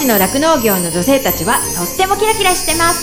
勝の酪農業の女性たちはとってもキラキラしてます。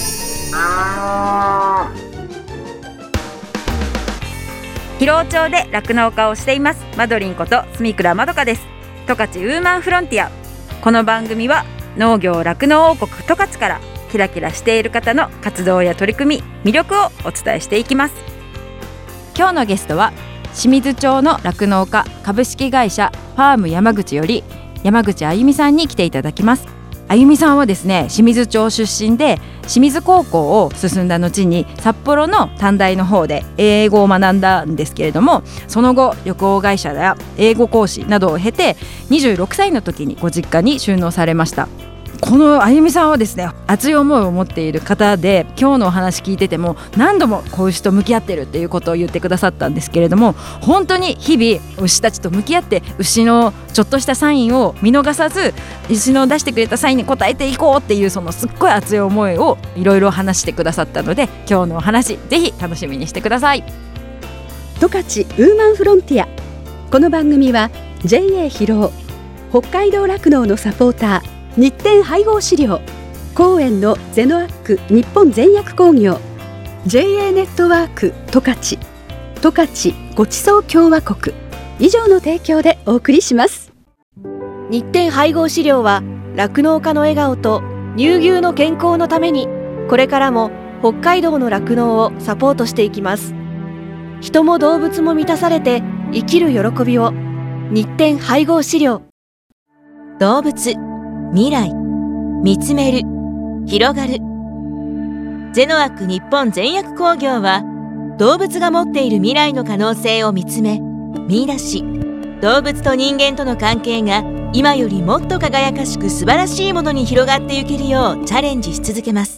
広尾町で酪農家をしていますマドリンこと住倉まどかです。十勝ウーマンフロンティア。この番組は農業酪農王国十勝からキラキラしている方の活動や取り組み、魅力をお伝えしていきます。今日のゲストは清水町の酪農家株式会社ファーム山口より山口あゆみさんに来ていただきます。あゆみさんはですね、清水町出身で清水高校を進んだ後に札幌の短大の方で英語を学んだんですけれども、その後旅行会社や英語講師などを経て26歳の時にご実家に就農されました。このあゆみさんはですね、熱い思いを持っている方で、今日のお話聞いてても何度も子牛と向き合ってるっていうことを言ってくださったんですけれども、本当に日々牛たちと向き合って牛のちょっとしたサインを見逃さず、牛の出してくれたサインに応えていこうっていう、そのすっごい熱い思いをいろいろ話してくださったので、今日のお話ぜひ楽しみにしてください。 十勝ウーマンフロンティア。この番組は JA 広尾、北海道酪農のサポーター日展配合飼料、公園のゼノアック日本全薬工業、 JA ネットワーク十勝、十勝ごちそう共和国以上の提供でお送りします。 日展配合飼料は酪農家の笑顔と乳牛の健康のために、これからも北海道の酪農をサポートしていきます。人も動物も満たされて生きる喜びを。日展配合飼料。 動物、未来、見つめる、広がる。ゼノアック日本全薬工業は、動物が持っている未来の可能性を見つめ、見出し、動物と人間との関係が今よりもっと輝かしく素晴らしいものに広がっていけるようチャレンジし続けます。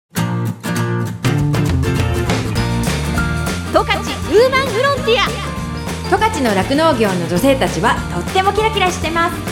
十勝ウーマンフロンティア。 十勝の酪農業の女性たちはとってもキラキラしてます。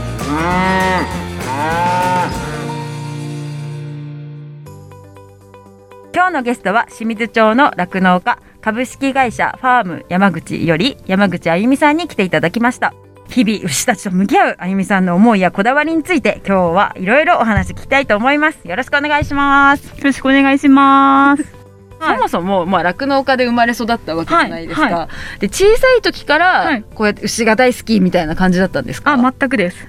今日のゲストは清水町の酪農家株式会社ファーム山口より山口あゆみさんに来ていただきました。日々牛たちと向き合うあゆみさんの思いやこだわりについて、今日はいろいろお話聞きたいと思います。よろしくお願いします。 よろしくお願いします。 そもそも酪農家で生まれ育ったわけじゃないですか、で小さい時からこうやって牛が大好きみたいな感じだったんですか？ 全くです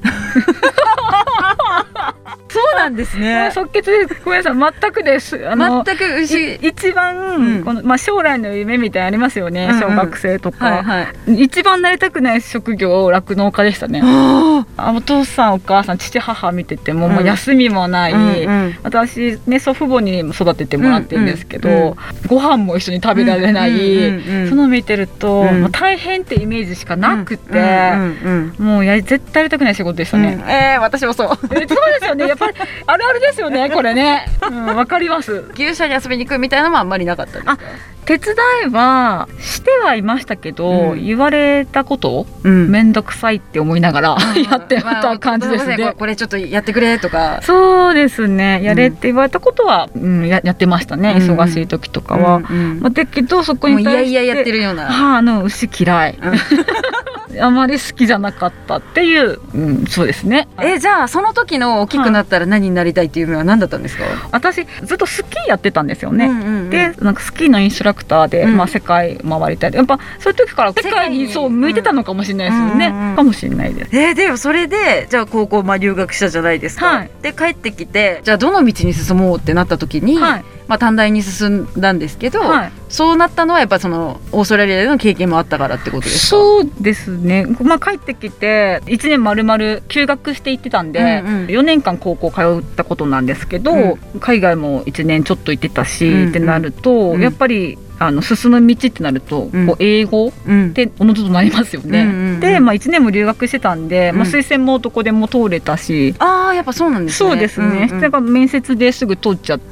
そうなんですね。 即決でごめんなさい、全くです。 全く牛一番、この将来の夢みたいなありますよね、小学生とか、一番なりたくない職業酪農家でしたね。お父さんお母さん父母見てても、もう休みもない、私ね祖父母に育ててもらってるんですけど、ご飯も一緒に食べられない、その見てると、もう大変ってイメージしかなくて、もう絶対やりたくない仕事でしたね。 私もそうそうですよね。やっぱりあるあるですよね、これね。わかります。 牛舎に遊びに行くみたいなのもあんまりなかったですか？ 手伝いはしてはいましたけど、言われたことめんどくさいって思いながらやってた感じですね。 これちょっとやってくれとか。 そうですね、やれって言われたことは、やってましたね、忙しい時とかは。だけどそこに対していやいややってるような、 牛嫌いあまり好きじゃなかったっていう、そうですね。 じゃあその時の大きくなったら何になりたいっていう夢は何だったんですか？ 私ずっとスキーやってたんですよね。でなんかスキーのインストラクターで、世界回りたい。やっぱそういう時から世界にそう向いてたのかもしれないですよね。かもしれないです。 でもそれでじゃあ高校留学したじゃないですか。で帰ってきて、じゃあどの道に進もうってなった時に、短大に進んだんですけど、そうなったのはやっぱそのオーストラリアでの経験もあったからってことですか？ そうですね。帰ってきて1年丸々休学して行ってたんで、4年間高校通ったことなんですけど、海外も1年ちょっと行ってたし、ってなると、やっぱり進む道ってなると、英語っておのずとなりますよね。で、1年も留学してたんで、推薦もどこでも通れたし。 やっぱそうなんですね。 そうですね。面接ですぐ通っちゃって、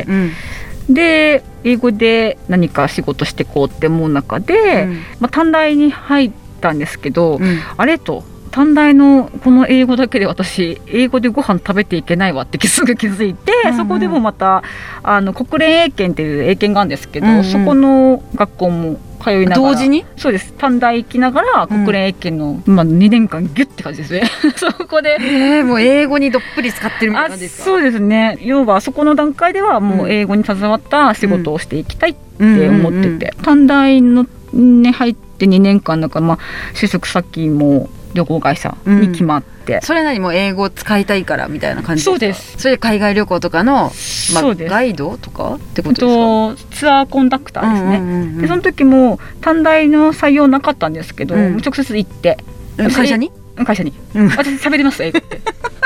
で英語で何か仕事してこうって思う中で、短大に入ったんですけど、あれと短大のこの英語だけで私英語でご飯食べていけないわってすぐ気づいて、そこでもまた国連英検っていう英検があるんですけど、そこの学校も通いながら同時にそうです短大行きながら国連英検の、2年間ギュッて感じですねそこでもう英語にどっぷり使ってるみたいな感じですか？ そうですね。要はそこの段階ではもう英語に携わった仕事をしていきたいって思ってて、短大のね入って2年間だから、就職先も旅行会社に決まって、 それなりも英語を使いたいからみたいな感じですか？ そうです。 それで海外旅行とかの、 そうですガイドとかってことですか？ ツアーコンダクターですね、でその時も短大の採用なかったんですけど、直接行って会社に私喋ります英語って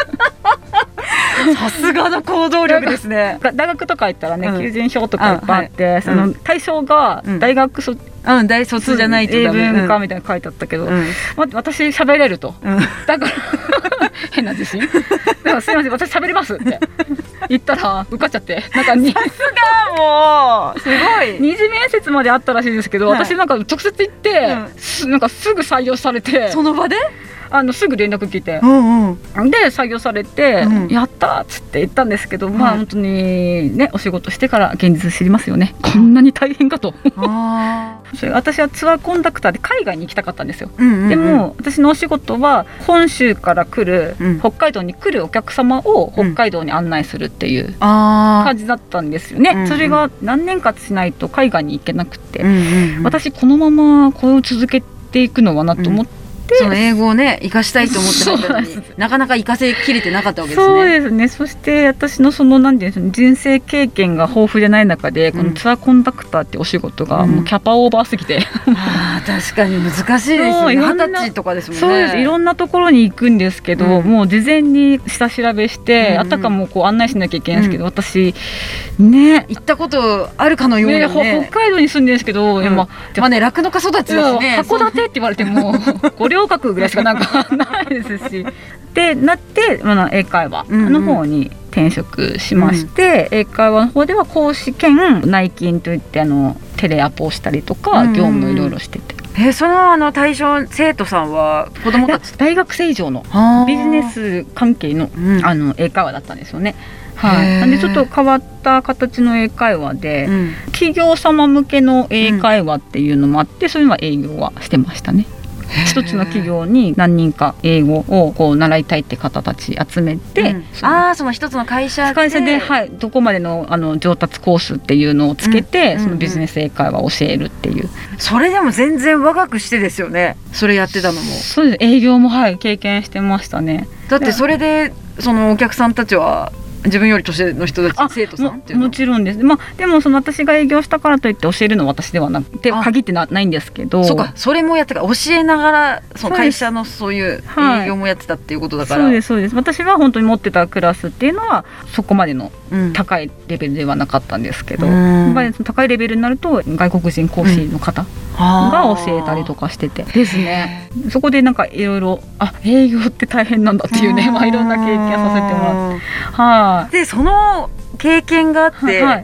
さすがの行動力ですね。 大学とか行ったらね、求人票とかいっぱいあって、その対象が大学大卒じゃないと英ダメ、 文化みたいなの書いてあったけど、私喋れると、だから変な自信だからすいません私喋れますって言ったら受かっちゃって、なんかさすがもうすごい二次面接まであったらしいんですけど、私なんか直接行って、なんかすぐ採用されて、 その場ですぐ連絡来て、で採用されて、やったっつって言ったんですけど、本当にねお仕事してから現実知りますよね、こんなに大変かとそれ私はツアーコンダクターで海外に行きたかったんですよ、でも私のお仕事は本州から来る、北海道に来るお客様を北海道に案内するっていう感じだったんですよね、それが何年かしないと海外に行けなくて、私このままこれを続けていくのはなと思って、 その英語をね活かしたいと思ってましたのになかなか活かせきれてなかったわけですね。 そうですね。そして私のその何て言うんですか、人生経験が豊富じゃない中で、このツアーコンダクターってお仕事がもうキャパオーバーすぎて、 確かに難しいですよね。20歳とかですもんね。 そうです。いろんなところに行くんですけど、もう事前に下調べして、あたかもこう案内しなきゃいけないんですけど、私ね行ったことあるかのようなね、 北海道に住んでるんですけど、 酪農家育ちですね。 函館って言われても五稜郭ぐらいしかなんかないですしでなって、英会話の方に転職しまして、英会話の方では講師兼内勤といってテレアポをしたりとか、業務をいろいろしてて、 その対象生徒さんは子供たち大学生以上のビジネス関係の、英会話だったんですよね。なんでちょっと変わった形の英会話で、企業様向けの英会話っていうのもあって、そういうのは営業はしてましたね。一つの企業に何人か英語をこう習いたいって方たち集めて、 その一つの会社で、 どこまでの上達コースっていうのをつけて、そのビジネス英会話を教えるっていう。 それでも全然若くしてですよね、それやってたのも。 そうです。営業も経験してましたね。 だってそれでそのお客さんたちは自分より年の人たち、生徒さんっていうのはもちろんです。でも私が営業したからといって教えるのは私ではなくて限ってないんですけど、 そうか、それもやってた、教えながらその会社のそういう営業もやってたっていうことだから、 そうです。私は本当に持ってたクラスっていうのはそこまでの高いレベルではなかったんですけど、やっぱり高いレベルになると外国人講師の方が教えたりとかしててですね、そこでなんかいろいろ営業って大変なんだっていうね、いろんな経験させてもらって、 でその経験があって、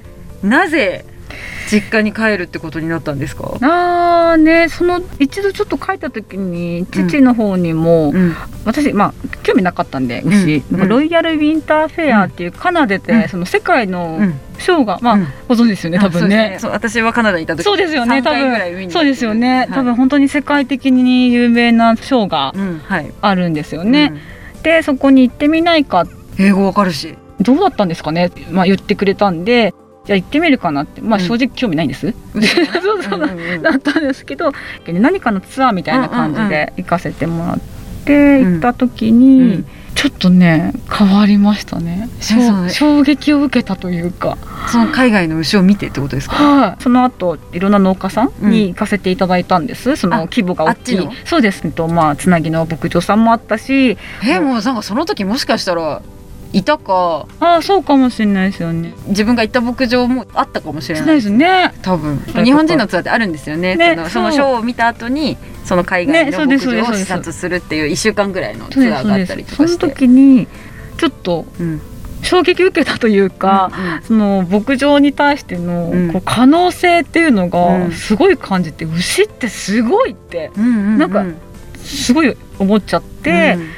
なぜ実家に帰るってことになったんですか？ その一度ちょっと帰った時に父の方にも、私興味なかったんで牛、ロイヤルウィンターフェアっていうカナダで、その世界のショーがご存知ですよね、多分ね。 私はカナダにいた時、 そうですよね、多分そうですよね、多分本当に世界的に有名なショーがあるんですよね。でそこに行ってみないか、 英語わかるしどうだったんですかね、言ってくれたんで、じゃあ行ってみるかなって、正直興味ないんですだったんですけど、何かのツアーみたいな感じで行かせてもらって行った時に、ちょっとね変わりましたね。衝撃を受けたというか、 その海外の牛を見てってことですか？ その後いろんな農家さんに行かせていただいたんです。その規模が大きい、そうですね、つなぎの牧場さんもあったし、 もうなんかその時もしかしたらいたか、 そうかもしれないですよね。 自分が行った牧場もあったかもしれないですね。 多分日本人のツアーってあるんですよね。そのショーを見た後にその海外の牧場を視察するっていう1週間ぐらいのツアーがあったりとかして、 その時にちょっと衝撃受けたというか、その牧場に対してのこう可能性っていうのがすごい感じて、牛ってすごいってなんかすごい思っちゃって、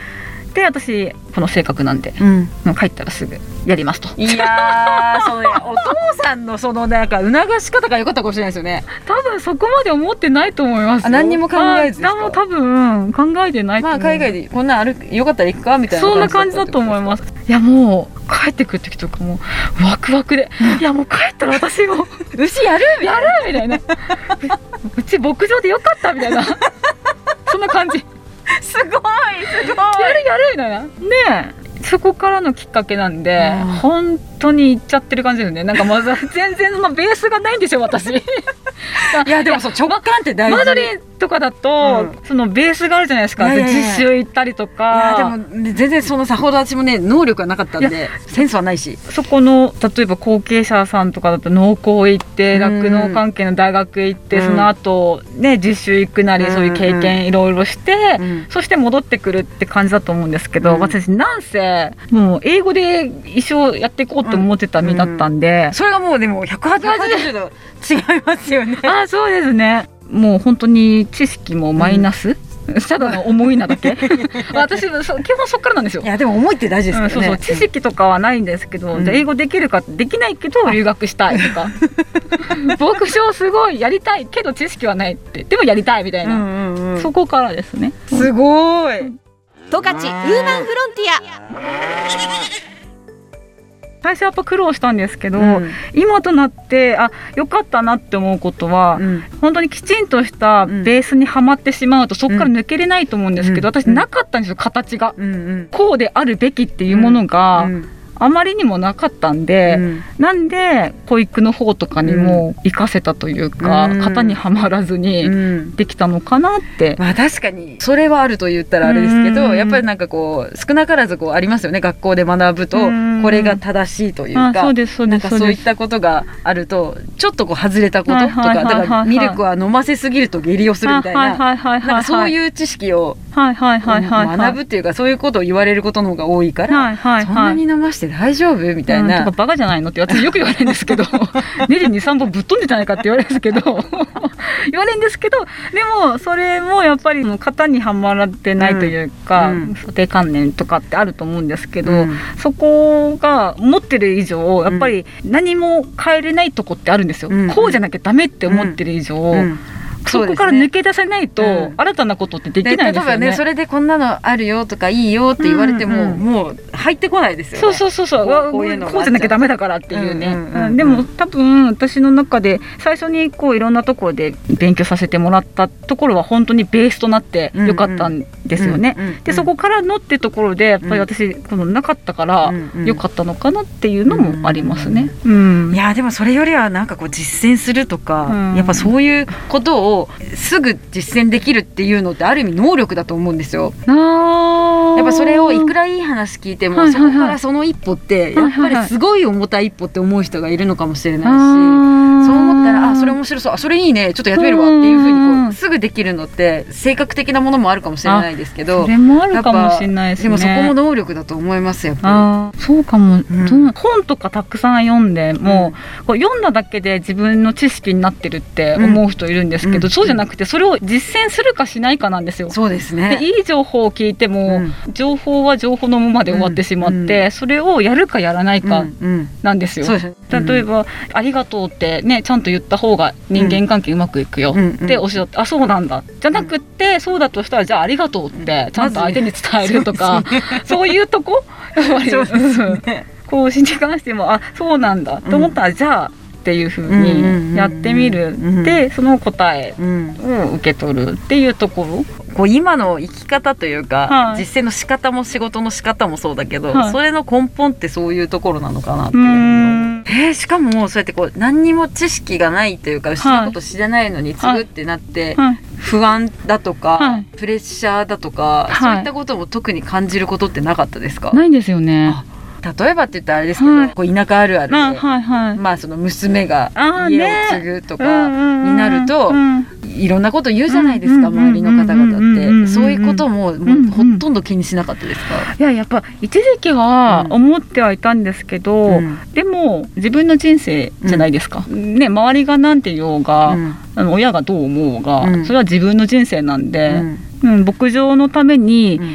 で私この性格なんで、帰ったらすぐやりますと。 いやーそれお父さんのそのなんか促し方が良かったかもしれないですよね。 多分そこまで思ってないと思いますよ。 何にも考えずですか？ 多分考えてないと思う。 海外でこんなんよかったら行くかみたいなそんな感じだと思います。いやもう帰ってくる時とかもワクワクでいやもう帰ったら私も牛やるみたいなうち牧場でよかったみたいなそんな感じ。 すごいやるみたいなねえ。そこからのきっかけなんで、本当に行っちゃってる感じですよね。なんかまず全然そのベースがないんですよ私。いやでもそう直感って大事。 マドリンとかだと、そのベースがあるじゃないですか。実習行ったりとか。 でも全然そのさほど私もね能力がなかったんでセンスはないし。 そこの例えば後継者さんとかだと農工行って酪農関係の大学行って、その後ね実習行くなりそういう経験いろいろして、そして戻ってくるって感じだと思うんですけど、私なんせもう英語で一生やっていこうと思ってた身だったんで、 それがもうでも180度違いますよね。 そうですね。もう本当に知識もマイナス、ただの思いなだけ私基本そっからなんですよ。 いやでも思いって大事ですよね。 知識とかはないんですけど、じゃあ英語できるかできないけど留学したいとか牧場すごいやりたいけど知識はないってでもやりたいみたいな、そこからですね。 すごい。 十勝ウーマンフロンティア。 最初やっぱ苦労したんですけど、今となって良かったなって思うことは、本当にきちんとしたベースにはまってしまうと、そこから抜けれないと思うんですけど、私なかったんですよ形が、こうであるべきっていうものが、あまりにもなかったんで、なんで保育の方とかにも活かせたというか、型にはまらずにできたのかなって、 確かにそれはあると言ったらあれですけど、やっぱりなんかこう少なからずこうありますよね。学校で学ぶとこれが正しいというか、なんかそういったことがあるとちょっとこう外れたこととか、だからミルクは飲ませすぎると下痢をするみたいな、なんかそういう知識を学ぶっていうか、そういうことを言われることの方が多いから、そんなに飲まして大丈夫みたいな、 バカじゃないのって私よく言われるんですけどネジ 2,3 本ぶっ飛んでじゃないかって言われるんですけど言われるんですけど、でもそれもやっぱり型にはまらってないというか、固定観念とかってあると思うんですけど、そこが持ってる以上やっぱり何も変えれないとこってあるんですよ。こうじゃなきゃダメって思ってる以上、そこから抜け出せないと新たなことってできないですよね。 例えばね、それでこんなのあるよとかいいよって言われても、もう入ってこないですよね。 そうこうじゃなきゃダメだからっていうね。でも多分私の中で最初にこういろんなところで勉強させてもらったところは本当にベースとなってよかったんですよね。でそこからのってところでやっぱり私このなかったからよかったのかなっていうのもありますね。 いやでもそれよりはなんかこう実践するとか、やっぱそういうことをすぐ実践できるっていうのってある意味能力だと思うんですよ。やっぱそれをいくらいい話聞いても、そこからその一歩ってやっぱりすごい重たい一歩って思う人がいるのかもしれないし、そう思ったらそれ面白そう、それいいね、ちょっとやってみるわっていうふうにこうすぐできるのって性格的なものもあるかもしれないですけど、 それもあるかもしれないですね。 でもそこも能力だと思いますやっぱり。 そうかも、本とかたくさん読んでも、こう読んだだけで自分の知識になってるって思う人いるんですけど、そうじゃなくてそれを実践するかしないかなんですよ。 そうですね。 でいい情報を聞いても、情報は情報のままで終わってしまって、それをやるかやらないかなんですよ。例えばありがとうってねちゃんと言った方が人間関係うまくいくよっておっしゃって、そうなんだじゃなくって、そうだとしたらじゃあありがとうってちゃんと相手に伝えるとか、そういうとこやっぱりこうに関してもそうなんだと思ったら、じゃあっていう風にやってみる、でその答えを受け取るっていうところ、 こう今の生き方というか、実践の仕方も仕事の仕方もそうだけど、それの根本ってそういうところなのかなっていう。しかもそうやってこう何にも知識がないというか、知ること知らないのに継ぐってなって、不安だとか、プレッシャーだとか、そういったことも特に感じることってなかったですか？ ないんですよね。 例えばって言ったらあれですけど、こう田舎あるあるで、その娘が家を継ぐとかになると、いろんなこと言うじゃないですか、周りの方々って。そういうこともほとんど気にしなかったですか？ やっぱ一時期は思ってはいたんですけど、でも自分の人生じゃないですか、ね、周りがなんて言おうが、親がどう思おうが、それは自分の人生なんで、牧場のために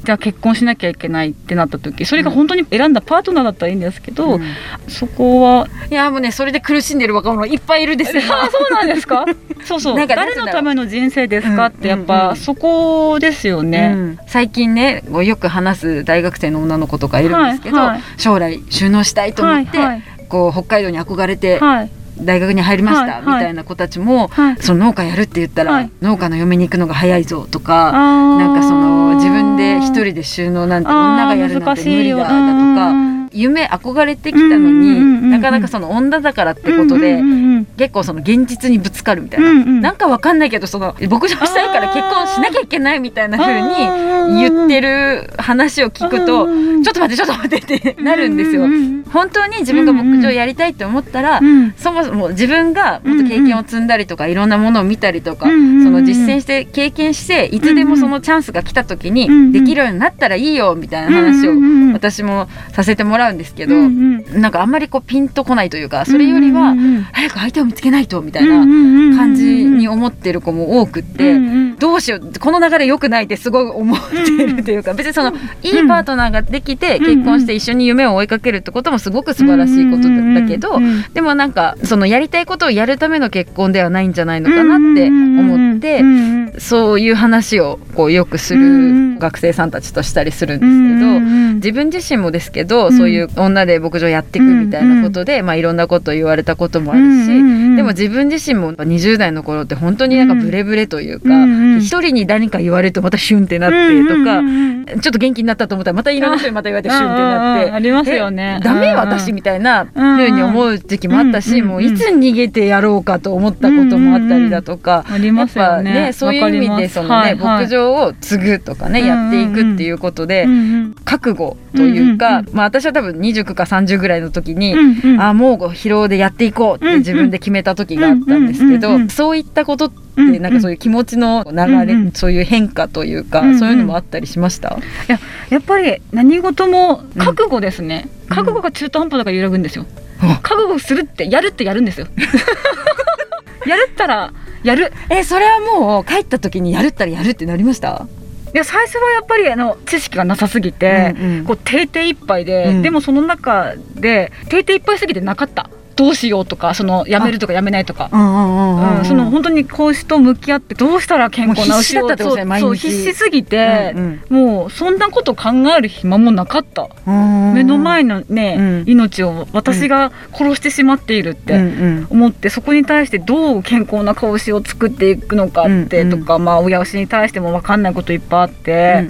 じゃあ結婚しなきゃいけないってなった時、それが本当に選んだパートナーだったらいいんですけど、そこはいやもうね、それで苦しんでる若者いっぱいいるですよ。 そうなんですかそうそう、誰のための人生ですかってやっぱそこですよね。 最近ね、よく話す大学生の女の子とかいるんですけど、将来収納したいと思って、こう北海道に憧れて、大学に入りましたみたいな子たちも、その農家やるって言ったら、農家の嫁に行くのが早いぞとか、なんかその自分で一人で収納なんて女がやるなんて無理だとか、夢憧れてきたのに、なかなかその女だからってことで、結構その現実にぶつかるみたいな、なんかわかんないけどその牧場したいから結婚しなきゃいけないみたいな風に言ってる話を聞くと、ちょっと待ってってなるんですよ。本当に自分が牧場やりたいって思ったら、そもそも自分がもっと経験を積んだりとか、いろんなものを見たりとか、その実践して経験して、いつでもそのチャンスが来た時にできるようになったらいいよみたいな話を私もさせてもらうんですけど、なんかあんまりこうピンとこないというか、それよりは早く相手を見つけないとみたいな感じに思ってる子も多くって、どうしようこの流れ良くないってすごい思ってるというか、別にそのいいパートナーができて結婚して一緒に夢を追いかけるってこともすごく素晴らしいことだけど、でもなんかそのやりたいことをやるための結婚ではないんじゃないのかなって思って、そういう話をこうよくする学生さんたちとしたりするんですけど、自分自身もですけど、そういう女で牧場やっていくみたいなことで、いろんなことを言われたこともあるし、でも自分自身も20代の頃って本当になんかブレブレというか、一人に何か言われるとまたシュンってなってとか、ちょっと元気になったと思ったらまたいろんな人にまた言われてシュンってなってありますよね。 ダメ私みたいな風に思う時期もあったし、もういつ逃げてやろうかと思ったこともあったりだとか、 ありますよね。 やっぱね、そういう意味でそのね、牧場を継ぐとかね、やっていくっていうことで覚悟というか、私は多分29か30ぐらいの時に、もう疲労でやっていこうって自分で決めた時があったんですけど、そういったことってなんかそういう気持ちの流れ、そういう変化というか、そういうのもあったりしました？ やっぱり何事も覚悟ですね。覚悟が中途半端だから揺らぐんですよ。覚悟するってやるんですよ。やるったらやる。 それはもう帰った時にやるったらやるってなりました？ いや、最初はやっぱり知識がなさすぎて、こう定々いっぱいで、でもその中で定々いっぱいすぎてなかった。どうしようとか、そのやめるとかやめないとか、その本当に子牛と向き合ってどうしたら健康な牛を、そう必死すぎて、もうそんなこと考える暇もなかった。目の前のね、命を私が殺してしまっているって思って、そこに対してどう健康な子牛を作っていくのかってとか、親牛に対しても分かんないこといっぱいあって、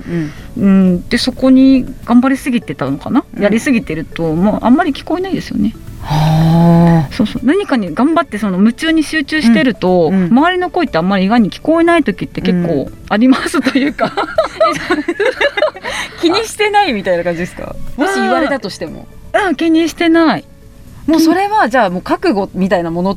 でそこに頑張りすぎてたのかな、やりすぎてるともうあんまり聞こえないですよね。そう何かに頑張ってその夢中に集中してると、周りの声ってあんまり意外に聞こえない時って結構ありますというか、 気にしてないみたいな感じですか？もし言われたとしても。 気にしてない。 もうそれはじゃあもう覚悟みたいなものって、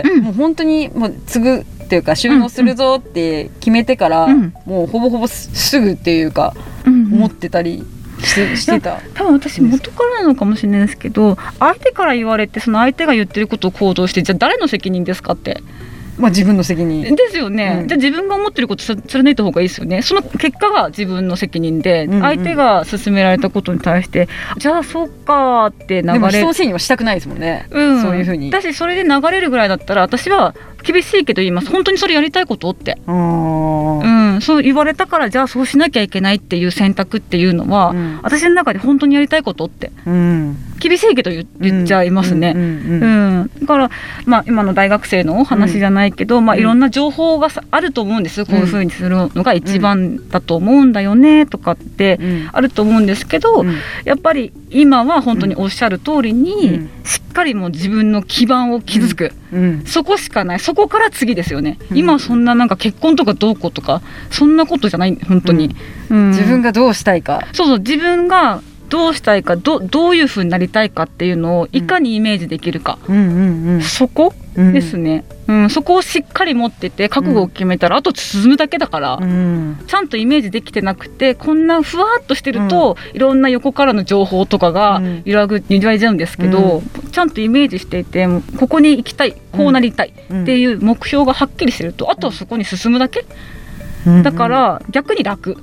もう本当にもう継ぐっていうか収納するぞって決めてから、もうほぼほぼすぐっていうか、思ってたりしてた。 多分私元からなのかもしれないですけど、相手から言われてその相手が言ってることを行動して、じゃあ誰の責任ですかって、 自分の責任ですよね。じゃあ自分が思ってること貫いた方がいいですよね。その結果が自分の責任で、相手が勧められたことに対してじゃあそうかって流れ、 でも人のせいにはしたくないですもんね、そういうふうに。 だしそれで流れるぐらいだったら私は厳しいけど言います。本当にそれやりたいことって、そう言われたからじゃあそうしなきゃいけないっていう選択っていうのは、私の中で本当にやりたいことって、厳しいけど言っちゃいますね。だから今の大学生の話じゃないけど、いろんな情報があると思うんです。こういうふうにするのが一番だと思うんだよねとかってあると思うんですけど、やっぱり今は本当におっしゃる通りに、しっかりもう自分の基盤を築く、そこしかない。そこから次ですよね。今そんななんか結婚とかどうこうとかそんなことじゃない、本当に、 自分がどうしたいか、 自分がどうしたいか、どういう風になりたいかっていうのをいかにイメージできるか、そこですね、そこをしっかり持ってて覚悟を決めたら、あと進むだけだから、ちゃんとイメージできてなくて、こんなふわっとしてると、いろんな横からの情報とかが揺らいじゃうんですけど、ちゃんとイメージしていて、ここに行きたい、こうなりたいっていう目標がはっきりしてると、あとはそこに進むだけ、だから逆に楽。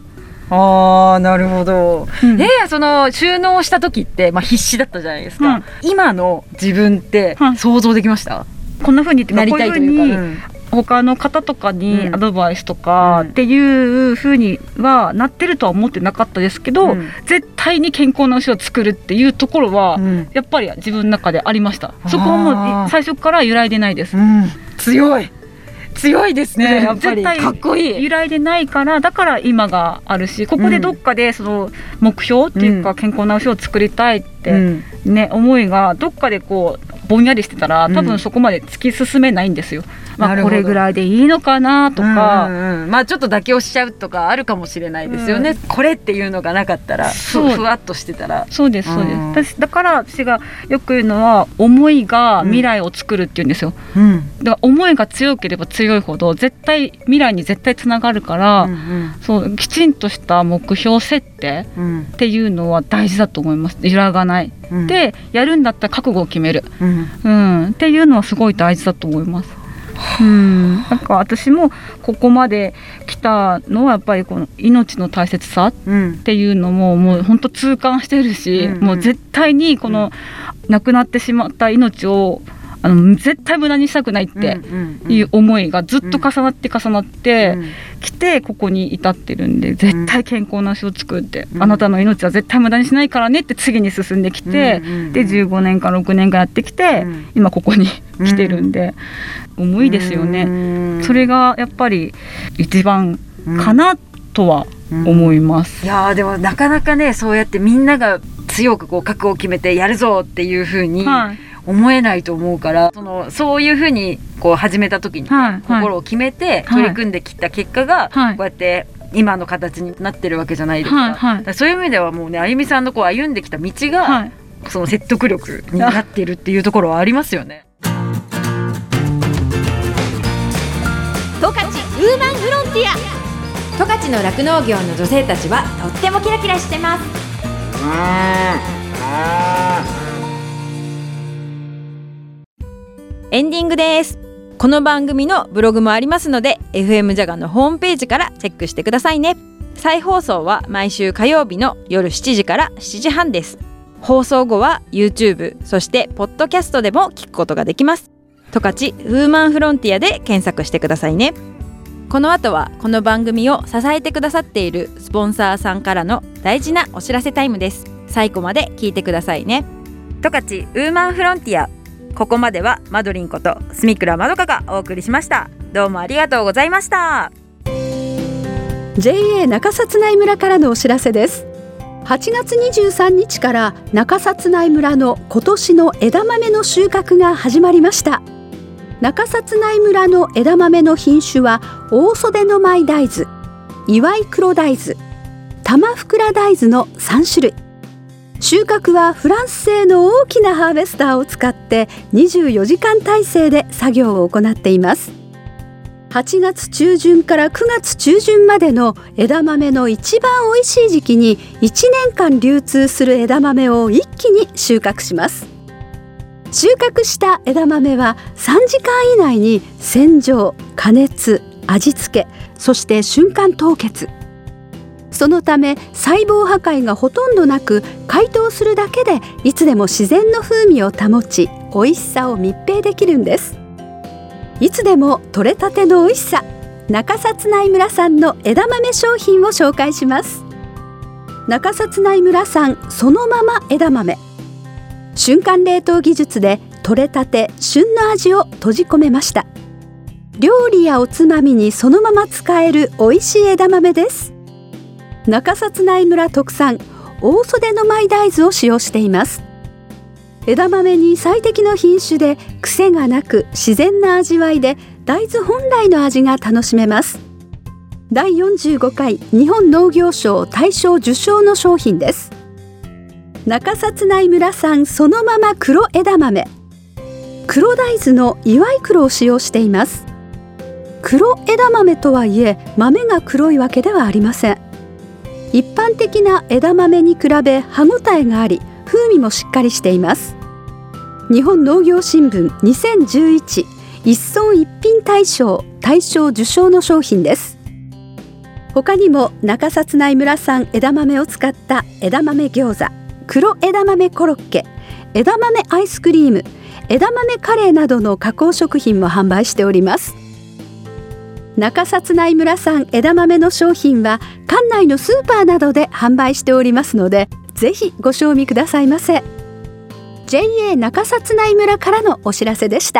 なるほど、その収納した時って、必死だったじゃないですか、今の自分って想像できました、 こんな風にってなりたいというか、 他の方とかにアドバイスとかっていう風にはなってるとは思ってなかったですけど、絶対に健康な牛を作るっていうところはやっぱり自分の中でありました。そこはもう最初から揺らいでないです。 強いですね。やっぱりかっこいい。 揺らいでないから、だから今があるし、ここでどっかでその目標っていうか、健康な牛を作りたいってね、思いがどっかでこうぼんやりしてたら、多分そこまで突き進めないんですよ。これぐらいでいいのかなとか、 ちょっと妥協しちゃうとかあるかもしれないですよね、これっていうのがなかったら、ふわっとしてたら。 そうですだから私がよく言うのは、思いが未来を作るっていうんですよ、だから思いが強ければ強いほど絶対未来に絶対つながるから、そうきちんとした目標設定っていうのは大事だと思います。揺らがない、でやるんだったら覚悟を決める、っていうのはすごい大事だと思います。なんか私もここまで来たのはやっぱりこの命の大切さっていうのももう本当痛感してるし、もう絶対にこの亡くなってしまった命を絶対無駄にしたくないっていう思いがずっと重なってきて、ここに至ってるんで、絶対健康な牛を作って、あなたの命は絶対無駄にしないからねって次に進んできて、で15年間6年間やってきて、今ここに来てるんで、重いですよね。それがやっぱり一番かなとは思います。 いやでもなかなかね、そうやってみんなが強くこう覚悟を決めてやるぞっていう風に、思えないと思うから、そういうふうにこう始めた時に、心を決めて取り組んできた結果が、こうやって今の形になってるわけじゃないですか。だからそういう意味ではもうね、あゆみさんのこう歩んできた道が、その説得力になっているっていうところはありますよね。 十勝ウーマンフロンティア。 十勝の酪農業の女性たちはとってもキラキラしてます。エンディングです。この番組のブログもありますので、 FM ジャガのホームページからチェックしてくださいね。再放送は毎週火曜日の夜7時から7時半です。放送後は YouTube、 そしてポッドキャストでも聞くことができます。十勝ウーマンフロンティアで検索してくださいね。この後はこの番組を支えてくださっているスポンサーさんからの大事なお知らせタイムです。最後まで聞いてくださいね。十勝ウーマンフロンティア、ここまではマドリンこと住倉まどかがお送りしました。どうもありがとうございました。 JA 中札内村からのお知らせです。8月23日から中札内村の今年の枝豆の収穫が始まりました。中札内村の枝豆の品種は大袖の舞大豆、祝い黒大豆、玉ふくら大豆の3種類。収穫はフランス製の大きなハーベスターを使って24時間体制で作業を行っています。8月中旬から9月中旬までの枝豆の一番おいしい時期に1年間流通する枝豆を一気に収穫します。収穫した枝豆は3時間以内に洗浄、加熱、味付け、そして瞬間凍結。そのため細胞破壊がほとんどなく、解凍するだけでいつでも自然の風味を保ち、美味しさを密閉できるんです。いつでも取れたての美味しさ、中札内村産の枝豆商品を紹介します。中札内村産そのまま枝豆、瞬間冷凍技術で取れたて旬の味を閉じ込めました。料理やおつまみにそのまま使える美味しい枝豆です。中札内村特産大袖の舞大豆を使用しています。枝豆に最適の品種で、癖がなく自然な味わいで大豆本来の味が楽しめます。第45回日本農業賞大賞受賞の商品です。中札内村産そのまま黒枝豆、黒大豆の祝い黒を使用しています。黒枝豆とはいえ豆が黒いわけではありません。一般的な枝豆に比べ歯ごたえがあり、風味もしっかりしています。日本農業新聞2011一村一品大賞受賞の商品です。 他にも中札内村産枝豆を使った枝豆餃子、黒枝豆コロッケ、枝豆アイスクリーム、枝豆カレーなどの加工食品も販売しております。中札内村産枝豆の商品は館内のスーパーなどで販売しておりますので、ぜひご賞味くださいませ。 JA 中札内村からのお知らせでした。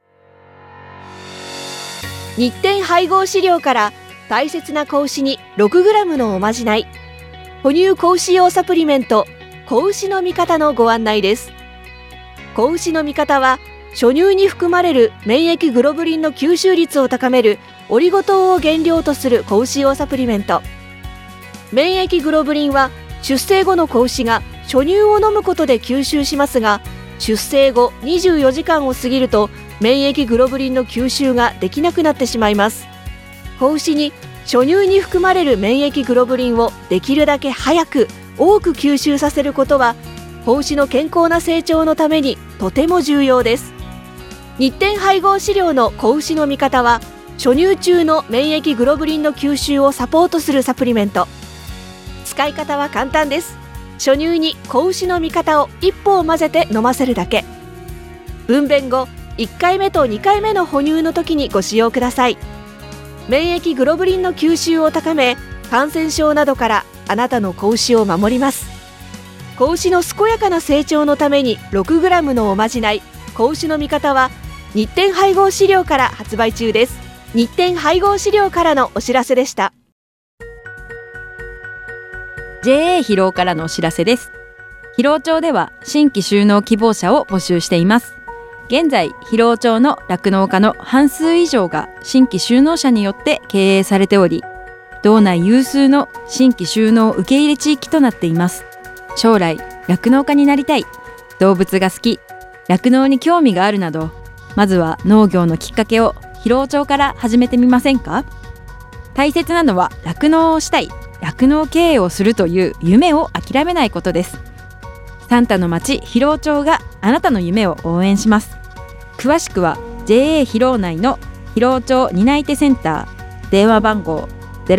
日展配合飼料から大切な子牛に 6g のおまじない、哺乳子牛用サプリメント子牛の味方のご案内です。子牛の味方は初乳に含まれる免疫グロブリンの吸収率を高めるオリゴ糖を原料とする子牛用サプリメント。免疫グロブリンは出生後の子牛が初乳を飲むことで吸収しますが、出生後24時間を過ぎると免疫グロブリンの吸収ができなくなってしまいます。子牛に初乳に含まれる免疫グロブリンをできるだけ早く多く吸収させることは子牛の健康な成長のためにとても重要です。日展配合飼料の子牛の味方は初乳中の免疫グロブリンの吸収をサポートするサプリメント。使い方は簡単です。初乳に子牛の味方を1本混ぜて飲ませるだけ。分娩後1回目と2回目の哺乳の時にご使用ください。免疫グロブリンの吸収を高め、感染症などからあなたの子牛を守ります。子牛の健やかな成長のために 6g のおまじない子牛の味方は日展配合飼料から発売中です。日展配合飼料からのお知らせでした。 JA 広尾からのお知らせです。広尾町では新規就農希望者を募集しています。現在広尾町の酪農家の半数以上が新規就農者によって経営されており、道内有数の新規就農受け入れ地域となっています。将来酪農家になりたい、動物が好き、酪農に興味があるなど、まずは農業のきっかけを広尾町から始めてみませんか？大切なのは酪農をしたい、酪農経営をするという夢を諦めないことです。サンタの町広尾町があなたの夢を応援します。詳しくは JA 広尾内の広尾町担い手センター、電話番号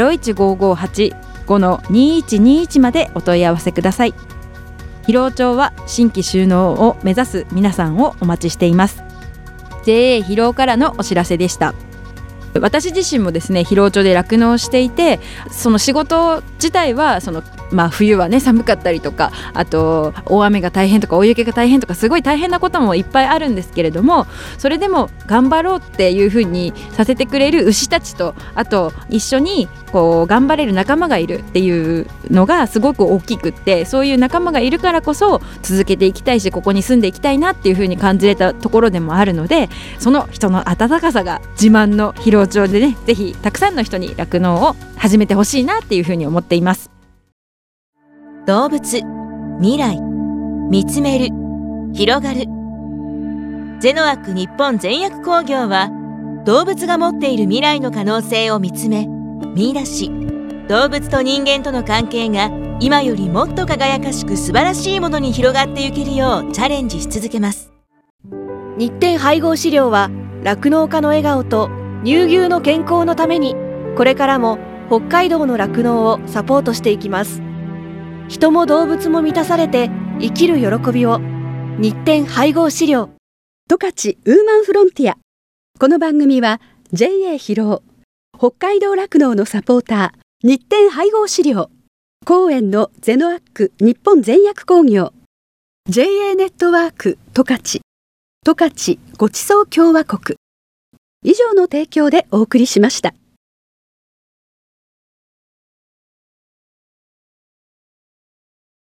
015585-2121 までお問い合わせください。広尾町は新規就農を目指す皆さんをお待ちしています。 JA 広尾からのお知らせでした。私自身もですね、広尾町で酪農していて、その仕事自体は冬はね寒かったりとか、あと大雨が大変とか大雪が大変とか、すごい大変なこともいっぱいあるんですけれども、それでも頑張ろうっていう風にさせてくれる牛たちと、あと一緒にこう頑張れる仲間がいるっていうのがすごく大きくって、そういう仲間がいるからこそ続けていきたいし、ここに住んでいきたいなっていう風に感じれたところでもあるので、その人の温かさが自慢の広尾町でね、ぜひたくさんの人に酪農を始めてほしいなっていう風に思っています。 動物、未来、見つめる、広がる。ゼノアック日本全薬工業は、動物が持っている未来の可能性を見つめ、見出し、動物と人間との関係が今よりもっと輝かしく素晴らしいものに広がっていけるようチャレンジし続けます。 日展配合飼料は酪農家の笑顔と乳牛の健康のために、これからも北海道の酪農をサポートしていきます。人も動物も満たされて生きる喜びを。日展配合飼料。 十勝ウーマンフロンティア。この番組は JA 広尾、北海道酪農のサポーター、日展配合飼料、公園のゼノアック日本全薬工業、 JA ネットワーク十勝、十勝ごちそう共和国以上の提供でお送りしました。